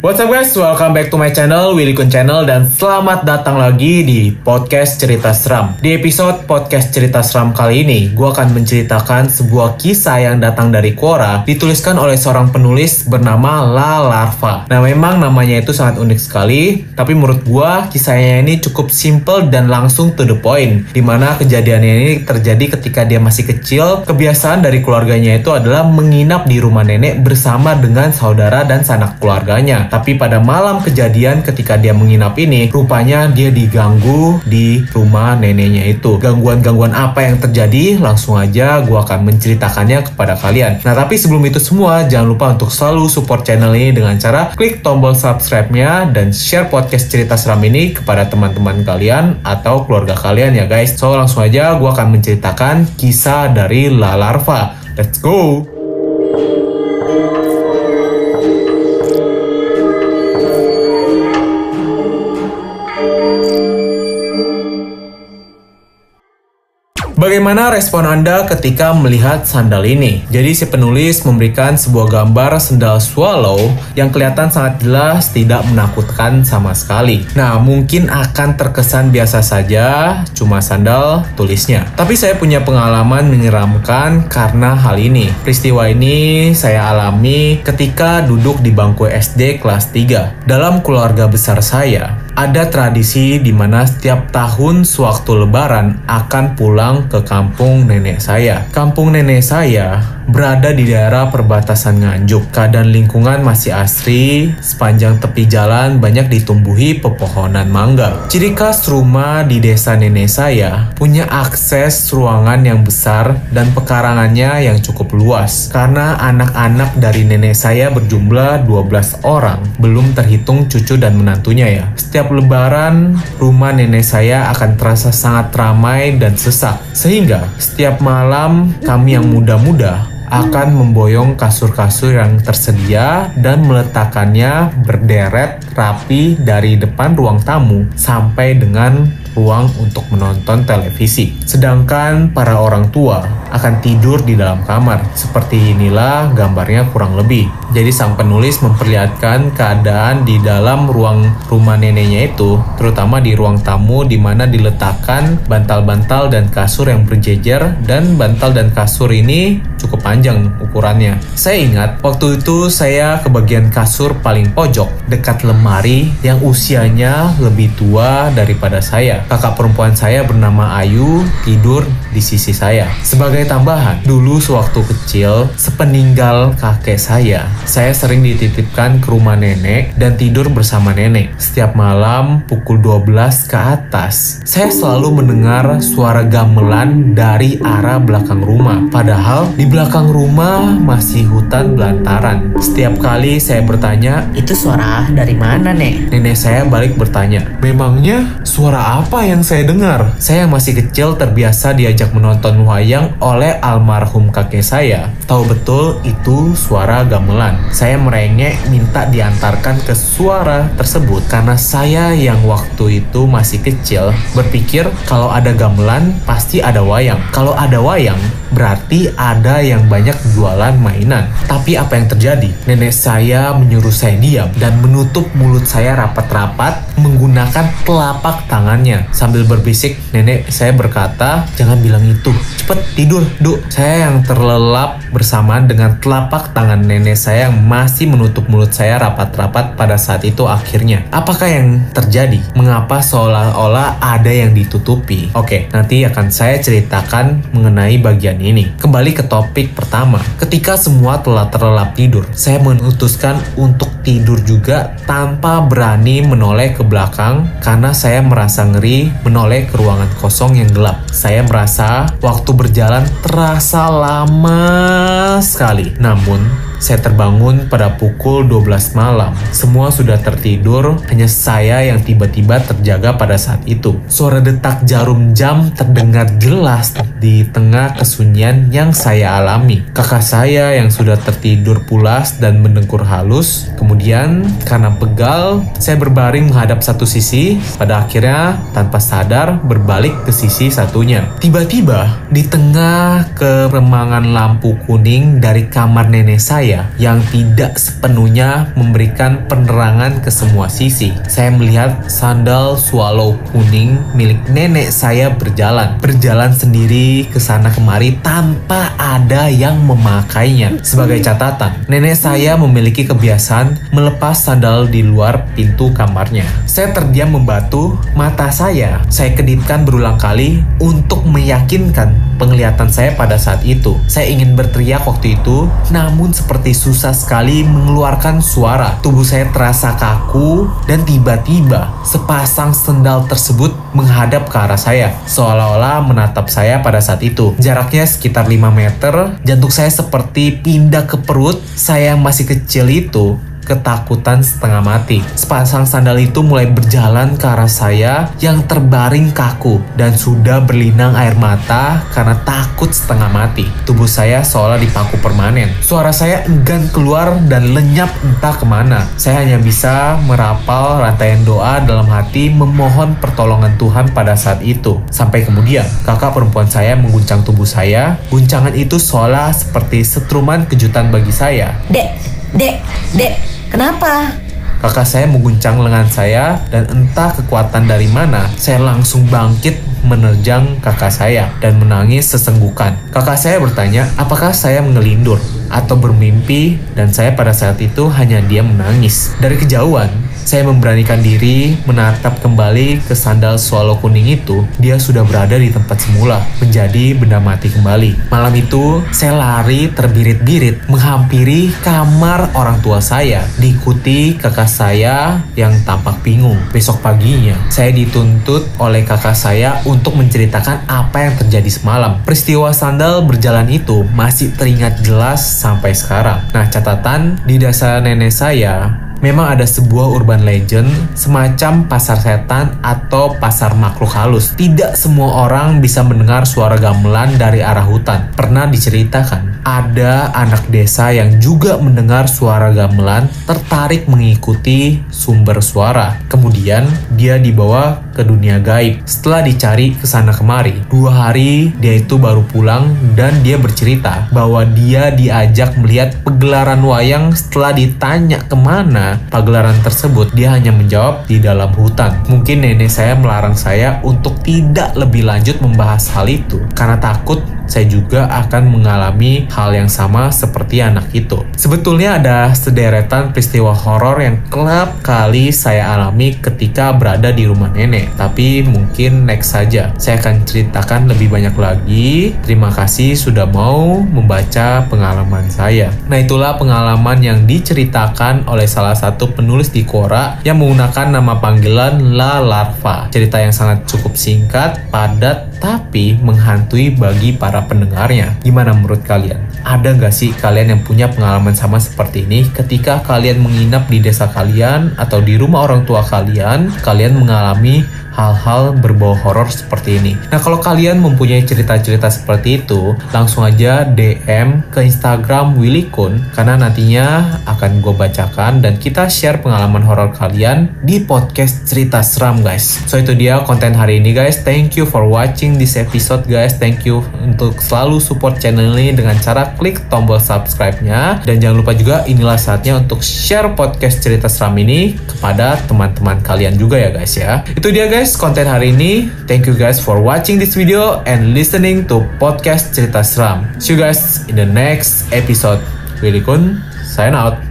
What's up guys, welcome back to my channel, Willy Kun Channel, dan selamat datang lagi di Podcast Cerita Seram. Di episode Podcast Cerita Seram kali ini, gue akan menceritakan sebuah kisah yang datang dari Quora, dituliskan oleh seorang penulis bernama La Larva. Nah memang namanya itu sangat unik sekali, tapi menurut gue kisahnya ini cukup simple dan langsung to the point, dimana kejadiannya ini terjadi ketika dia masih kecil. Kebiasaan dari keluarganya itu adalah menginap di rumah nenek bersama dengan saudara dan sanak keluarganya. Tapi pada malam kejadian ketika dia menginap ini, rupanya dia diganggu di rumah neneknya itu. Gangguan-gangguan apa yang terjadi? Langsung aja gue akan menceritakannya kepada kalian. Nah tapi sebelum itu semua, jangan lupa untuk selalu support channel ini dengan cara klik tombol subscribe-nya dan share podcast cerita seram ini kepada teman-teman kalian atau keluarga kalian ya guys. So langsung aja gue akan menceritakan kisah dari La Larva. Let's go! Bagaimana respon Anda ketika melihat sandal ini? Jadi si penulis memberikan sebuah gambar sandal swallow yang kelihatan sangat jelas tidak menakutkan sama sekali. Nah, mungkin akan terkesan biasa saja, cuma sandal tulisnya. Tapi saya punya pengalaman menyeramkan karena hal ini. Peristiwa ini saya alami ketika duduk di bangku SD kelas 3. Dalam keluarga besar saya, ada tradisi di mana setiap tahun sewaktu lebaran akan pulang ke kampung nenek saya. Kampung nenek saya berada di daerah perbatasan Nganjuk. Keadaan lingkungan masih asri, sepanjang tepi jalan banyak ditumbuhi pepohonan mangga. Ciri khas rumah di desa nenek saya punya akses ruangan yang besar dan pekarangannya yang cukup luas. Karena anak-anak dari nenek saya berjumlah 12 orang, belum terhitung cucu dan menantunya ya. Setiap lebaran, rumah nenek saya akan terasa sangat ramai dan sesak. Sehingga setiap malam kami yang muda-muda akan memboyong kasur-kasur yang tersedia dan meletakkannya berderet rapi dari depan ruang tamu sampai dengan ruang untuk menonton televisi. Sedangkan para orang tua akan tidur di dalam kamar. Seperti inilah gambarnya kurang lebih. Jadi sang penulis memperlihatkan keadaan di dalam ruang rumah neneknya itu, terutama di ruang tamu di mana diletakkan bantal-bantal dan kasur yang berjejer, dan bantal dan kasur ini cukup panjang ukurannya. Saya ingat waktu itu saya ke bagian kasur paling pojok dekat lemari yang usianya lebih tua daripada saya. Kakak perempuan saya bernama Ayu tidur di sisi saya. Sebagai tambahan, dulu sewaktu kecil, sepeninggal kakek saya sering dititipkan ke rumah nenek dan tidur bersama nenek. Setiap malam pukul 12 ke atas, saya selalu mendengar suara gamelan dari arah belakang rumah. Padahal di belakang rumah masih hutan belantaran. Setiap kali saya bertanya, "Itu suara dari mana, Nek?" Nenek saya balik bertanya, "Memangnya suara apa yang saya dengar?" Saya yang masih kecil terbiasa diajak menonton wayang oleh almarhum kakek saya. Tahu betul itu suara gamelan. Saya merengek minta diantarkan ke suara tersebut karena saya yang waktu itu masih kecil berpikir kalau ada gamelan pasti ada wayang. Kalau ada wayang berarti ada yang banyak jualan mainan. Tapi apa yang terjadi? Nenek saya menyuruh saya diam dan menutup mulut saya rapat-rapat menggunakan telapak tangannya. Sambil berbisik, nenek saya berkata, "Jangan bilang itu. Cepet tidur, Duk." Saya yang terlelap bersamaan dengan telapak tangan nenek saya yang masih menutup mulut saya rapat-rapat pada saat itu akhirnya. Apakah yang terjadi? Mengapa seolah-olah ada yang ditutupi? Oke, nanti akan saya ceritakan mengenai bagian ini. Kembali ke topik pertama. Ketika semua telah terlelap tidur, saya memutuskan untuk tidur juga tanpa berani menoleh ke belakang karena saya merasa ngeri menoleh ke ruangan kosong yang gelap. Saya merasa waktu berjalan terasa lama sekali. Namun saya terbangun pada pukul 12 malam. Semua sudah tertidur, hanya saya yang tiba-tiba terjaga pada saat itu. Suara detak jarum jam terdengar jelas di tengah kesunyian yang saya alami. Kakak saya yang sudah tertidur pulas dan mendengkur halus. Kemudian karena pegal, saya berbaring menghadap satu sisi. Pada akhirnya tanpa sadar berbalik ke sisi satunya. Tiba-tiba di tengah keremangan lampu kuning dari kamar nenek saya, saya yang tidak sepenuhnya memberikan penerangan ke semua sisi. Saya melihat sandal swallow kuning milik nenek saya berjalan sendiri ke sana kemari tanpa ada yang memakainya. Sebagai catatan, nenek saya memiliki kebiasaan melepas sandal di luar pintu kamarnya. Saya terdiam membatu, mata saya kedipkan berulang kali untuk meyakinkan penglihatan saya pada saat itu. Saya ingin berteriak waktu itu, namun seperti susah sekali mengeluarkan suara. Tubuh saya terasa kaku dan tiba-tiba sepasang sendal tersebut menghadap ke arah saya, seolah-olah menatap saya pada saat itu. Jaraknya sekitar 5 meter, jantung saya seperti pindah ke perut. Saya yang masih kecil itu ketakutan setengah mati. Sepasang sandal itu mulai berjalan ke arah saya yang terbaring kaku dan sudah berlinang air mata karena takut setengah mati. Tubuh saya seolah dipaku permanen. Suara saya enggan keluar dan lenyap entah kemana. Saya hanya bisa merapal rantaian doa dalam hati memohon pertolongan Tuhan pada saat itu. Sampai kemudian kakak perempuan saya mengguncang tubuh saya. Guncangan itu seolah seperti setruman kejutan bagi saya. Dek, kenapa? Kakak saya mengguncang lengan saya dan entah kekuatan dari mana, saya langsung bangkit menerjang kakak saya dan menangis sesenggukan. Kakak saya bertanya apakah saya mengelindur atau bermimpi, dan saya pada saat itu hanya diam menangis. Dari kejauhan, saya memberanikan diri menatap kembali ke sandal swallow kuning itu. Dia sudah berada di tempat semula, menjadi benda mati kembali. Malam itu, saya lari terbirit-birit menghampiri kamar orang tua saya, diikuti kakak saya yang tampak bingung. Besok paginya, saya dituntut oleh kakak saya untuk menceritakan apa yang terjadi semalam. Peristiwa sandal berjalan itu masih teringat jelas sampai sekarang. Nah, catatan di desa nenek saya, memang ada sebuah urban legend semacam pasar setan atau pasar makhluk halus. Tidak semua orang bisa mendengar suara gamelan dari arah hutan. Pernah diceritakan, ada anak desa yang juga mendengar suara gamelan, tertarik mengikuti sumber suara. Kemudian dia dibawa ke dunia gaib. Setelah dicari kesana kemari, 2 hari dia itu baru pulang dan dia bercerita bahwa dia diajak melihat pegelaran wayang. Setelah ditanya kemana pagelaran tersebut, dia hanya menjawab di dalam hutan. Mungkin nenek saya melarang saya untuk tidak lebih lanjut membahas hal itu karena takut saya juga akan mengalami hal yang sama seperti anak itu. Sebetulnya ada sederetan peristiwa horor yang kerap kali saya alami ketika berada di rumah nenek, tapi mungkin next saja saya akan ceritakan lebih banyak lagi. Terima kasih sudah mau membaca pengalaman saya. Nah, itulah pengalaman yang diceritakan oleh salah satu penulis di Quora yang menggunakan nama panggilan La Larva. Cerita yang sangat cukup singkat, padat, tapi menghantui bagi para pendengarnya. Gimana menurut kalian? Ada nggak sih kalian yang punya pengalaman sama seperti ini ketika kalian menginap di desa kalian atau di rumah orang tua kalian mengalami hal-hal berbau horor seperti ini? Nah, kalau kalian mempunyai cerita-cerita seperti itu, langsung aja DM ke Instagram Willy Kun, karena nantinya akan gue bacakan dan kita share pengalaman horor kalian di podcast Cerita Seram, guys. So, itu dia konten hari ini, guys. Thank you for watching this episode, guys. Thank you untuk selalu support channel ini dengan cara klik tombol subscribe-nya. Dan jangan lupa juga, inilah saatnya untuk share podcast Cerita Seram ini kepada teman-teman kalian juga ya, guys ya. Itu dia, guys, konten hari ini. Thank you guys for watching this video and listening to podcast Cerita Seram. See you guys in the next episode. Willy Kun, sign out.